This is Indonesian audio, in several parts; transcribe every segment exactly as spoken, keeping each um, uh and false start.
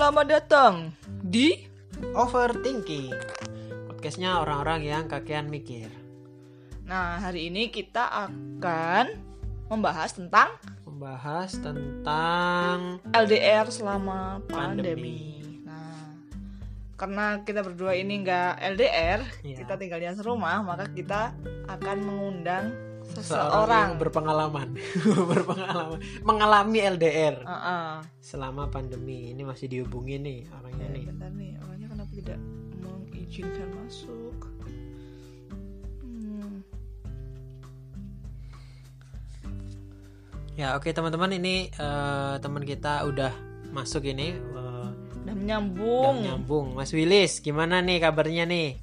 Selamat datang di Overthinking, podcastnya orang-orang yang kakean mikir. Nah, hari ini kita akan membahas tentang Membahas tentang L D R selama pandemi. Pandemi. Nah, karena kita berdua ini nggak L D R, Iya. kita tinggal di serumah, maka kita akan mengundang seseorang seseorang. yang berpengalaman, berpengalaman mengalami L D R Uh-uh. selama pandemi. Ini masih dihubungi nih orangnya Ya, nih. bentar nih, orangnya kenapa tidak mengizinkan masuk? Hmm. Ya oke teman-teman, ini eh, teman kita udah masuk ini, eh, Udah menyambung. udah nyambung. Mas Willis, gimana nih kabarnya nih?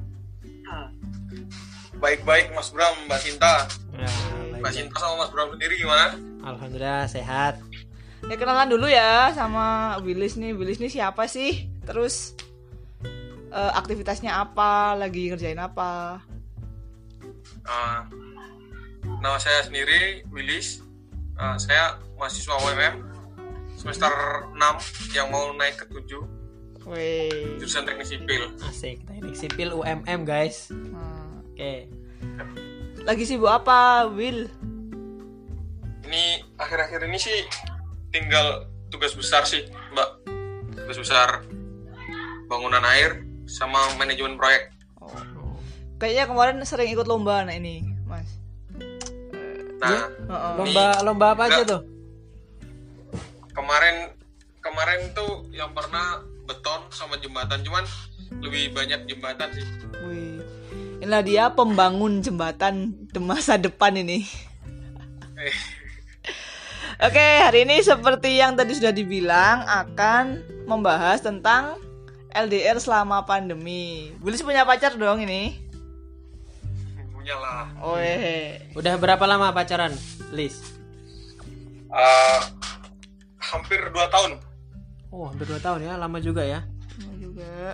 Baik-baik Mas Bram, Mbak Sinta. Ya, Mbak baik. Sinta sama Mas Bram sendiri gimana? Alhamdulillah sehat. Ya kenalan dulu ya sama Willis nih. Willis nih siapa sih? Terus eh, aktivitasnya apa? Lagi ngerjain apa? Uh, nama saya sendiri Willis. Uh, saya mahasiswa U M M semester enam yang mau naik ke tujuh, Weh. jurusan teknik sipil. Asik, teknik sipil U M M guys. Nah, Oke. lagi sibuk apa, Will? Ini akhir-akhir ini sih tinggal tugas besar sih, Mbak. Tugas besar bangunan air sama manajemen proyek. Oh. Kayaknya kemarin sering ikut lomba nah ini, Mas. Nah, Oh, Lomba lomba apa aja enggak. tuh? kemarin kemarin tuh yang pernah beton sama jembatan, cuman lebih banyak jembatan sih. Wih. Inilah dia pembangun jembatan di masa depan ini. Eh, Oke, hari ini seperti yang tadi sudah dibilang akan membahas tentang L D R selama pandemi. Willis punya pacar dong ini? punya lah. Oh, Udah berapa lama pacaran, Lis? Uh, hampir dua tahun. Oh, hampir dua tahun ya, lama juga ya. Mau juga.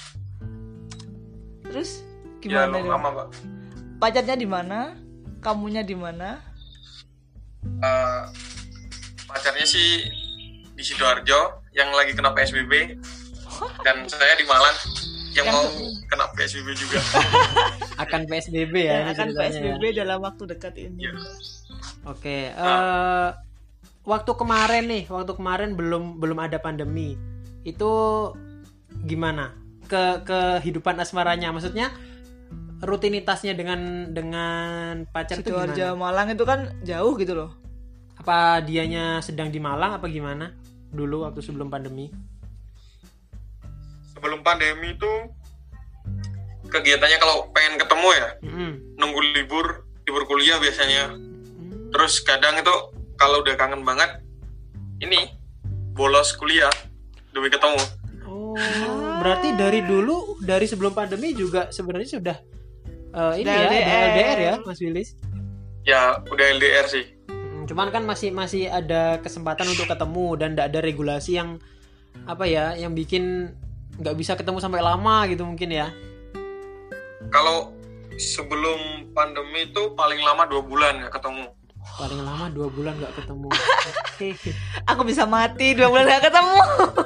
Terus Ya gimana lu dong? lama, Pak. Pacarnya di mana? Kamunya di mana? Uh, pacarnya sih di Sidoarjo yang lagi kena P S B B, dan saya di Malang yang mau kena P S B B juga. Akan P S B B ya. Yang ini akan ceritanya P S B B ya. dalam waktu dekat ini. Ya. Oke, eh waktu kemarin nih, waktu kemarin belum belum ada pandemi. Itu gimana? Ke kehidupan asmaranya, maksudnya rutinitasnya dengan dengan pacar itu Sidoarjo gimana? Malang itu kan jauh gitu loh. Apa dianya sedang di Malang apa gimana? Dulu waktu sebelum pandemi. Sebelum pandemi itu kegiatannya kalau pengen ketemu ya Mm-mm. nunggu libur libur kuliah biasanya. Hmm. Terus kadang itu kalau udah kangen banget ini bolos kuliah demi ketemu. Oh, berarti dari dulu, dari sebelum pandemi juga sebenarnya sudah eh, ini Sudah ya, L D R. ada L D R ya, Mas Willis. Ya udah L D R sih. Mm, Cuman kan masih masih ada kesempatan untuk ketemu dan tidak ada regulasi yang apa ya, yang bikin nggak bisa ketemu sampai lama gitu mungkin ya. Kalau sebelum pandemi itu paling lama dua bulan nggak ketemu. Paling lama dua bulan nggak ketemu. Oke. Aku bisa mati dua bulan gak ketemu.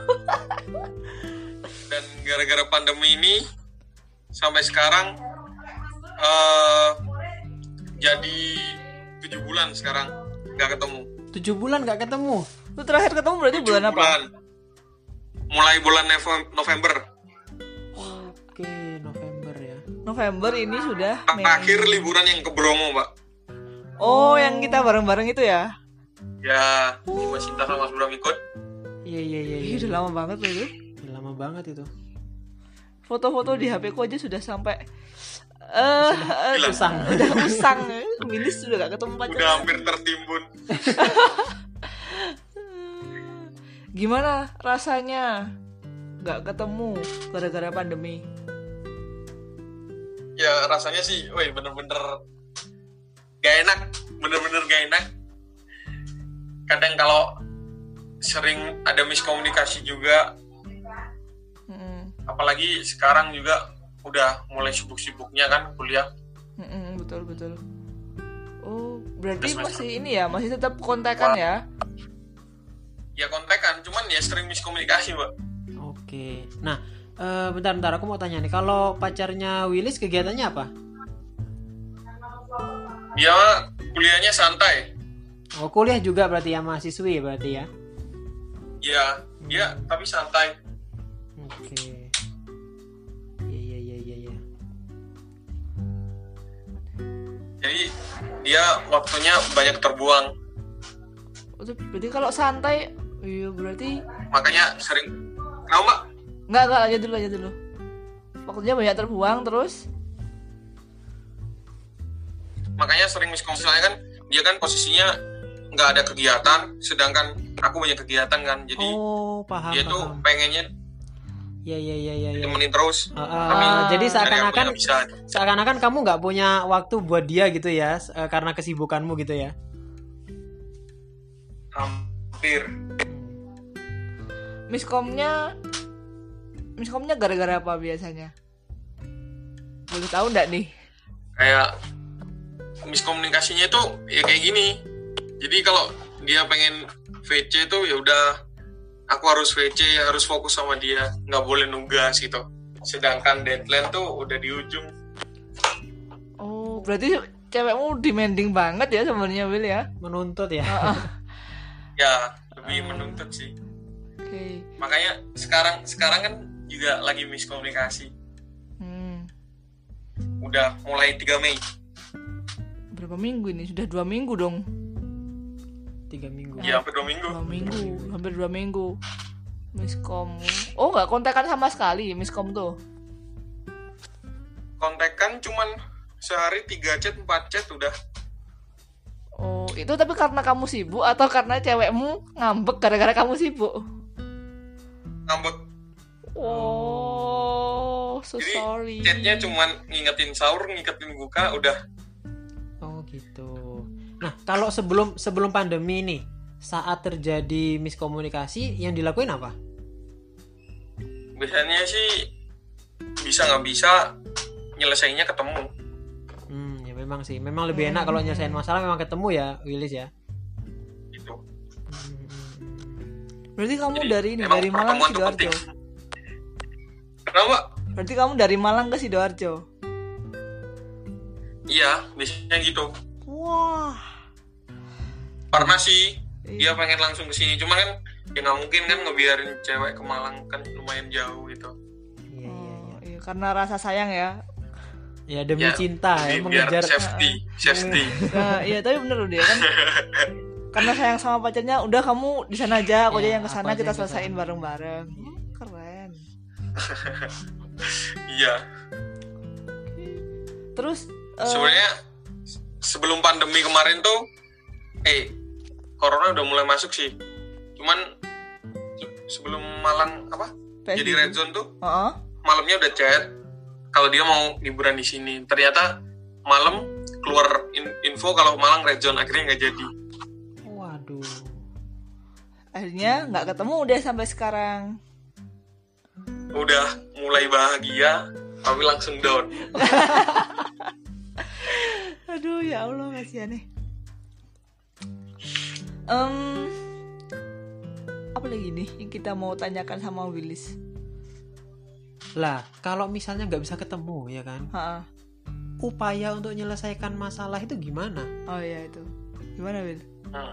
Dan gara-gara pandemi ini sampai sekarang eh jadi tujuh bulan sekarang nggak ketemu. Tujuh bulan nggak ketemu. Lu terakhir ketemu berarti Tujuh bulan apa? bulan. Mulai bulan Nov- November. Oke, November ya. November ini sudah Mei. Terakhir liburan yang ke Bromo, Mbak. Oh, yang kita bareng-bareng itu ya? Ya, Mbak Sinta sama Mas Bram ikut. Iya iya iya. Ih, iya. udah lama banget loh itu. Udah lama banget itu. Foto-foto di H P ku aja sudah sampai eh eh, hilang. usang. Udah usang. Willis sudah gak ketemu pacar. Udah hampir tertimbun. Gimana rasanya gak ketemu gara-gara pandemi? Ya rasanya sih, woi bener-bener gak enak, bener-bener gak enak. Kadang kalau sering ada miskomunikasi juga, Mm-mm. apalagi sekarang juga udah mulai sibuk-sibuknya kan kuliah. Mm-mm, betul betul. Oh, berarti Terus masih ini ya, masih tetap kontekan ya? Ya kontekan, cuman ya sering miskomunikasi, Mbak. Oke. Nah, eh, bentar-bentar aku mau tanya nih. Kalau pacarnya Willis kegiatannya apa? Dia kuliahnya santai. Oh, kuliah juga berarti ya, mahasiswi berarti ya. Ya, dia tapi santai. Oke. Iya iya iya iya. Jadi dia waktunya banyak terbuang. Oh, tuh, berarti kalau santai, iya berarti Makanya sering kenapa Mbak? nggak nggak aja dulu aja dulu. Waktunya banyak terbuang terus. Makanya sering miskom, soalnya kan dia kan posisinya nggak ada kegiatan, sedangkan aku banyak kegiatan kan. Jadi Oh, paham. dia tuh paham. pengennya Iya iya iya iya. Ya. temenin terus. Uh, uh, Tapi jadi dari aku seakan-akan nggak bisa. seakan-akan kamu nggak punya waktu buat dia gitu ya, uh, karena kesibukanmu gitu ya. Hampir. Miskomnya Miskomnya gara-gara apa biasanya? Boleh tahu nggak nih? Kayak miskomunikasinya itu ya kayak gini. Jadi kalau dia pengen V C tuh ya udah aku harus V C, harus fokus sama dia, nggak boleh nugas gitu. Sedangkan deadline tuh udah di ujung. Oh, berarti cewekmu demanding banget ya sebenarnya Will ya? Menuntut ya. Ya lebih menuntut sih. Oke. Makanya sekarang sekarang kan juga lagi miskomunikasi. Hmm. Udah mulai tiga Mei. Berapa minggu ini? Sudah dua minggu dong. Tiga minggu. Ya hampir dua minggu. Dua minggu, hampir dua minggu. Miskom. Oh, nggak kontekan sama sekali miskom tuh. Kontekan cuman sehari tiga chat, empat chat udah. Oh, itu tapi karena kamu sibuk atau karena cewekmu ngambek gara-gara kamu sibuk? Ngambek. Oh, so Jadi sorry. chatnya cuman ngingetin sahur, ngingetin buka, udah. Oh gitu. Nah, kalau sebelum sebelum pandemi nih, saat terjadi miskomunikasi, yang dilakuin apa? Biasanya sih bisa nggak bisa nyelesainnya ketemu. Hmm, ya memang sih. Memang lebih enak kalau nyelesain masalah memang ketemu ya, Willis ya. Gitu. Berarti kamu Jadi, dari ini, emang dari Malang ke pertemuan tuh Sidoarjo. penting. Kenapa? Berarti kamu dari Malang ke Sidoarjo. Iya, biasanya gitu. Wah. Pernah sih dia Iya. pengen langsung ke sini, cuman kan ya nggak mungkin kan ngebiarin cewek ke Malang, kan lumayan jauh gitu. Iya, iya, iya. Oh, iya, karena rasa sayang ya. Ya demi Ya, cinta ya, Bi- biar mengejar. safety, safety. Nah, iya tapi bener loh dia kan. Karena sayang sama pacarnya, udah kamu di sana aja, aku aja Ya, yang aku kesana aja kita yang selesaiin kesana. bareng-bareng. Hmm, keren. Iya. Terus eh, Sebenarnya sebelum pandemi kemarin tuh, eh corona udah mulai masuk sih. Cuman se- sebelum Malang apa? P S B B. Jadi red zone tuh, Heeh. malamnya udah chat kalau dia mau liburan di sini. Ternyata malam keluar in- info kalau Malang red zone, akhirnya nggak jadi. Waduh. Akhirnya nggak ketemu deh sampai sekarang. Udah mulai bahagia tapi langsung down. Aduh ya Allah kasihan nih. Em, apa lagi nih yang kita mau tanyakan sama Willis? Lah, kalau misalnya nggak bisa ketemu ya kan, Ha-ha. upaya untuk menyelesaikan masalah itu gimana? Oh iya itu. Gimana Will? Hmm.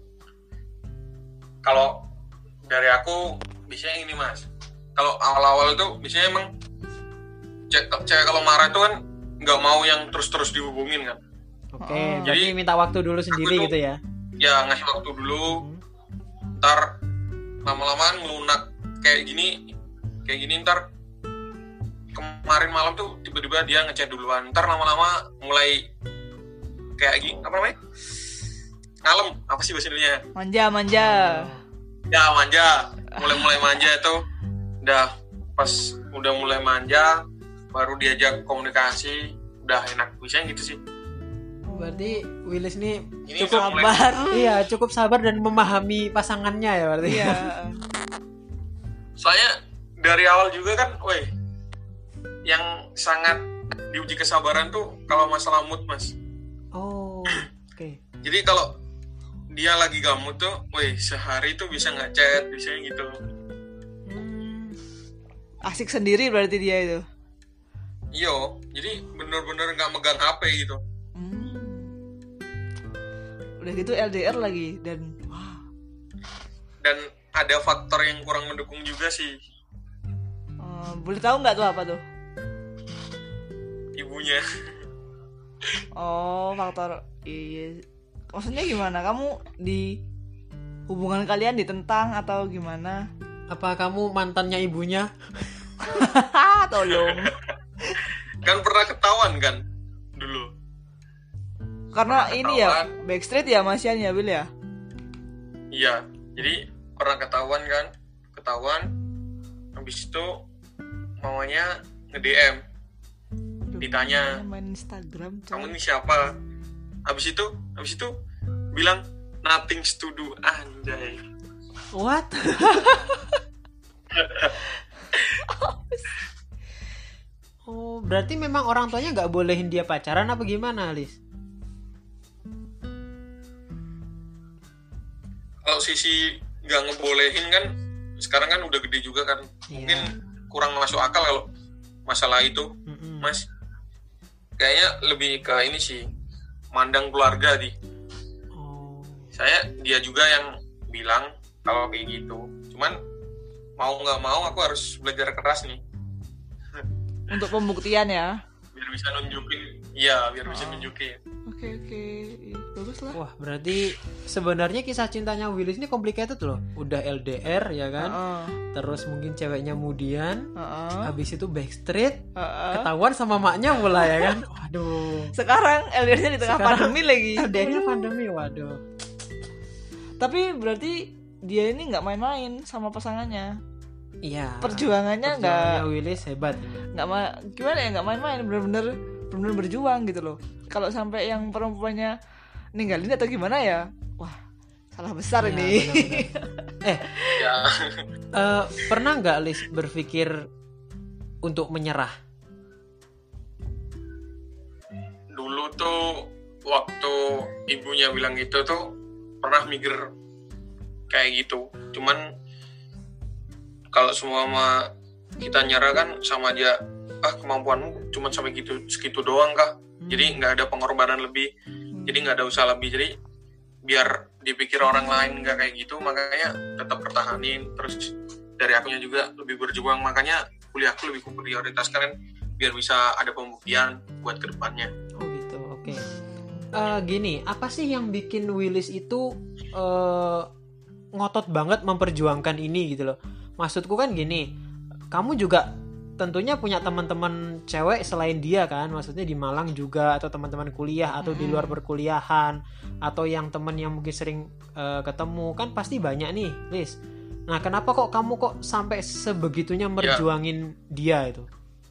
Kalau dari aku biasanya ini mas, kalau awal-awal itu biasanya emang cewek, cewek kalau marah itu kan nggak mau yang terus-terus dihubungin kan. Oke, Oh. jadi Jadi, minta waktu dulu sendiri tuh- gitu ya. Ya ngasih waktu dulu, ntar lama-lamaan melunak kayak gini, kayak gini ntar kemarin malam tuh tiba-tiba dia ngechat duluan, ntar lama-lama mulai kayak gini apa namanya? Ngalem, apa sih bahasa Indonesia? Manja manja. Ya manja, mulai-mulai manja itu udah pas udah mulai manja baru diajak komunikasi udah enak, bisa gitu sih. Berarti Willis nih Ini cukup udah mulai- Sabar. iya, cukup sabar dan memahami pasangannya ya berarti. Iya. Soalnya dari awal juga kan, woi, yang sangat diuji kesabaran tuh kalau masalah mood mas. Oh, oke. Jadi kalau dia lagi gamut tuh, woi sehari tuh bisa nggak chat, biasanya gitu. Hmm, asik sendiri berarti dia itu. Iya, jadi bener-bener nggak megang H P gitu. Hmm. Udah gitu L D R lagi dan wah. Dan ada faktor yang kurang mendukung juga sih. Uh, boleh tahu nggak tuh apa tuh? Ibunya. Oh, faktor iya. Maksudnya gimana? Kamu di hubungan kalian ditentang atau gimana? Apa kamu mantannya ibunya? Tolong. Kan pernah ketahuan kan dulu. Karena Pernah ini ya ketahuan. Backstreet ya Masian ya Bil ya. Iya, jadi pernah ketahuan kan, ketahuan. Habis itu mamanya nge-D M, ditanya, main Instagram. kamu ini siapa? Habis itu, habis itu bilang nothing to do, anjay. What? Oh, berarti memang orang tuanya nggak bolehin dia pacaran apa gimana, Lis? Kalau sisi nggak ngebolehin kan, sekarang kan udah gede juga kan, mungkin kurang masuk akal kalau masalah itu, Mm-mm. Mas. Kayaknya lebih ke ini sih, mandang keluarga di. Oh. Saya dia juga yang bilang kalau kayak gitu. Cuman mau nggak mau aku harus belajar keras nih Untuk pembuktian ya. biar bisa nunjukin. Iya, biar bisa Oh. nunjukin. Oke oke, Ih, bagus lah. Wah, berarti sebenarnya kisah cintanya Willis ini complicated loh. Udah L D R ya kan? Heeh. Terus mungkin ceweknya mudian, Heeh. habis itu backstreet, Heeh. ketahuan sama maknya pula ya kan? Waduh. Sekarang L D R-nya di tengah Sekarang pandemi lagi. L D R-nya pandemi, waduh. Tapi berarti dia ini nggak main-main sama pasangannya. Iya. Perjuangannya nggak Perjuangannya Willis hebat. nggak ma- gimana ya nggak main-main, bener-bener bener-bener berjuang gitu loh. Kalau sampai yang perempuannya ninggalin atau gimana ya, wah salah besar Iya, ini. benar-benar. Eh, Ya, eh, pernah nggak Lis berpikir untuk menyerah? dulu tuh waktu ibunya bilang gitu tuh pernah mikir kayak gitu. Cuman kalau semua sama kita nyerah kan sama aja, ah kemampuanmu cuma sampai gitu segitu doang kak. Jadi nggak ada pengorbanan lebih, jadi nggak ada usaha lebih. Jadi biar dipikir orang lain nggak kayak gitu, makanya tetap pertahanin. Terus dari akunya juga lebih berjuang, makanya kuliahku lebih kuprioritaskan biar bisa ada pembuktian buat kedepannya. Oh gitu, oke. Eh, gini, apa sih yang bikin Willis itu eh, ngotot banget memperjuangkan ini gitu loh? Maksudku kan gini, kamu juga tentunya punya teman-teman cewek selain dia kan, maksudnya di Malang juga, atau teman-teman kuliah atau di luar perkuliahan, atau yang teman yang mungkin sering uh, ketemu kan pasti banyak nih, Lis. Nah, kenapa kok kamu kok sampai sebegitunya merjuangin dia itu?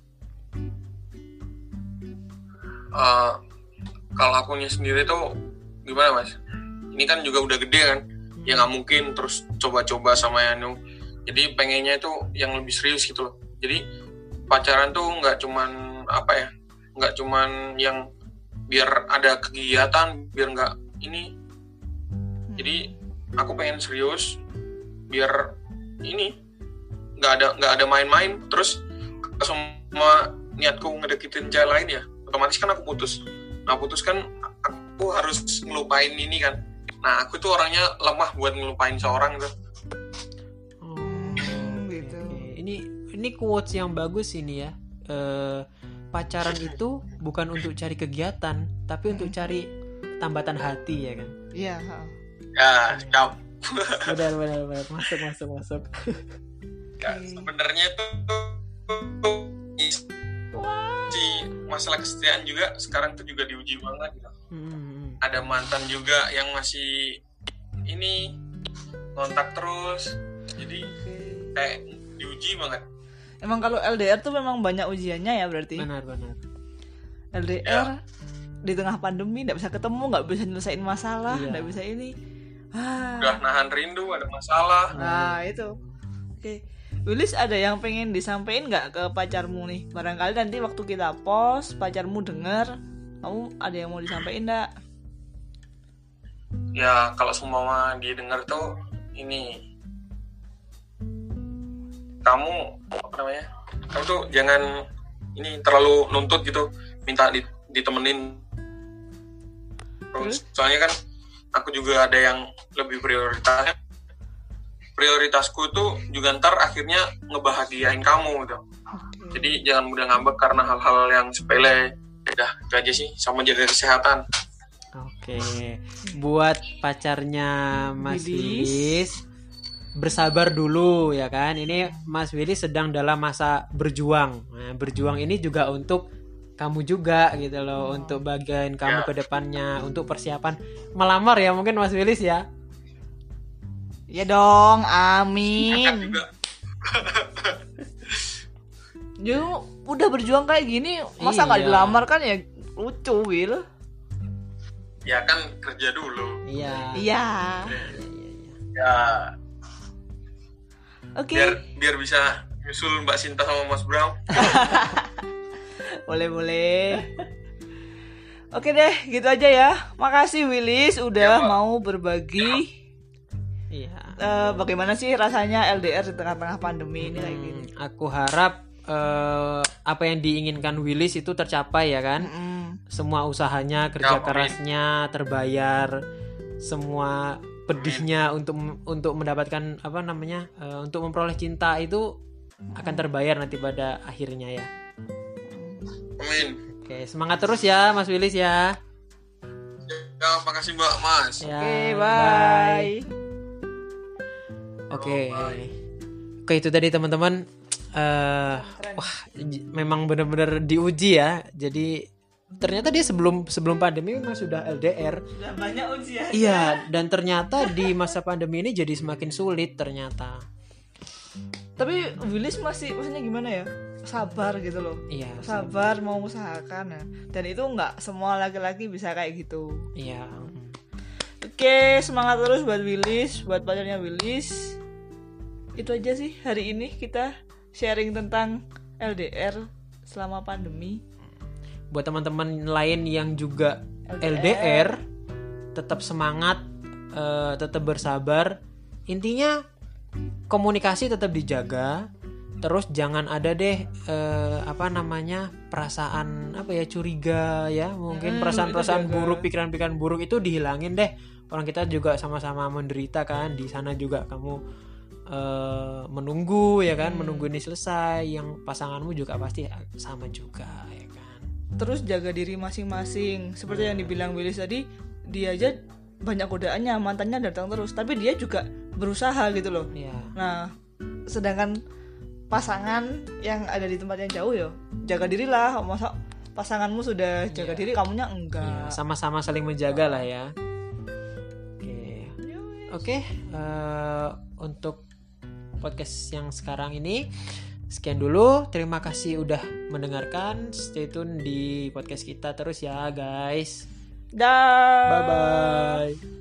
Uh, kalau akunya sendiri tuh gimana mas? Ini kan juga udah gede kan, ya nggak mungkin terus coba-coba sama Yanu. Jadi pengennya itu yang lebih serius gitu loh. Jadi pacaran tuh nggak cuman apa ya, nggak cuman yang biar ada kegiatan, biar nggak ini. Jadi aku pengen serius, biar ini nggak ada nggak ada main-main. Terus semua niatku ngedeketin cewek lain ya, otomatis kan aku putus. Nah putus kan aku harus ngelupain ini kan. Nah aku tuh orangnya lemah buat ngelupain seorang tuh. Hmm, gitu. Oke, Ini ini quotes yang bagus ini ya. Eh, pacaran itu bukan untuk cari kegiatan, tapi untuk cari tambatan hati ya kan. Iya. Ha. Ya siap. Benar benar benar. Masuk masuk masuk. Ya, sebenarnya tuh, tuh si masalah kesetiaan juga sekarang tuh juga diuji banget gitu. Hmm. Ada mantan juga yang masih ini kontak terus, jadi kayak diuji banget. Emang kalau L D R tuh memang banyak ujiannya ya berarti. Benar benar. L D R Ya. di tengah pandemi nggak bisa ketemu, nggak bisa nyelesain masalah, Iya. nggak bisa ini. Ah. Udah nahan rindu, ada masalah. Nah itu. Oke. Willis ada yang pengen disampaikan nggak ke pacarmu nih? Barangkali nanti waktu kita post pacarmu denger, kamu ada yang mau disampaikan nggak? Ya kalau semua dia dengar tuh ini, kamu apa namanya, kamu tuh jangan ini terlalu nuntut gitu, minta di, ditemenin. Terus soalnya kan aku juga ada yang lebih prioritas. Prioritasku tuh juga ntar akhirnya ngebahagiain kamu gitu. Jadi jangan mudah ngambek karena hal-hal yang sepele. Udah, itu aja sih, sama jaga kesehatan. Oke, buat pacarnya Mas Willis. Willis, bersabar dulu ya kan. Ini Mas Willis sedang dalam masa berjuang. Nah, berjuang ini juga untuk kamu juga gitu loh, oh. untuk bagian kamu Ya. ke depannya, untuk persiapan melamar ya mungkin Mas Willis ya. Ya dong, Kan amin. juga Ya udah berjuang kayak gini, masa nggak Iya. dilamar kan ya lucu, Will. ya kan kerja dulu. Iya. Iya. Ya Oke, biar biar bisa nyusul Mbak Sinta sama Mas Bram. boleh boleh. Oke deh, gitu aja ya. Makasih Willis udah Ya, Pak. mau berbagi Iya. eh, bagaimana sih rasanya L D R di tengah-tengah pandemi ini kayak gini. Hmm, aku harap eh, apa yang diinginkan Willis itu tercapai ya kan. Mm-mm. Semua usahanya, kerja Ya, amin. kerasnya terbayar, semua pedihnya untuk untuk mendapatkan apa namanya eh, untuk memperoleh cinta itu akan terbayar nanti pada akhirnya ya. Amin. Oke, semangat terus ya Mas Willis ya. Ya, makasih Mbak Mas. Ya, Oke, bye. Oke. Oke, itu tadi teman-teman. Eh, wah, j- memang benar-benar diuji ya. Jadi ternyata dia sebelum sebelum pandemi memang sudah L D R. Sudah banyak ujian. Iya, dan ternyata di masa pandemi ini jadi semakin sulit ternyata. Tapi Willis masih maksudnya gimana ya? Sabar gitu loh. Iya, Sabar mau usahakan ya. Dan itu nggak semua laki-laki bisa kayak gitu. iya. Oke, semangat terus buat Willis, buat pacarnya Willis. Itu aja sih hari ini kita sharing tentang L D R selama pandemi. Buat teman-teman lain yang juga L D R, L D R, tetap semangat, eh, tetap bersabar. Intinya komunikasi tetap dijaga. Terus jangan ada deh eh, apa namanya perasaan apa ya curiga ya mungkin Hmm, perasaan-perasaan itu jaga. buruk, pikiran-pikiran buruk itu dihilangin deh. Orang kita juga sama-sama menderita kan, di sana juga kamu eh, menunggu ya kan, menunggu ini selesai. Yang pasanganmu juga pasti sama juga ya kan. Terus jaga diri masing-masing. Seperti yang dibilang Willis tadi, dia aja banyak godaannya, mantannya datang terus, tapi dia juga berusaha gitu loh. Iya. Nah, sedangkan pasangan yang ada di tempat yang jauh ya, jaga dirilah. Masa pasanganmu sudah jaga Iya. diri, kamunya Iya, enggak. sama-sama saling menjaga lah ya. Oke, oke. eh, untuk podcast yang sekarang ini sekian dulu. Terima kasih udah mendengarkan. Stay tune di podcast kita terus ya guys. Dah. Bye bye.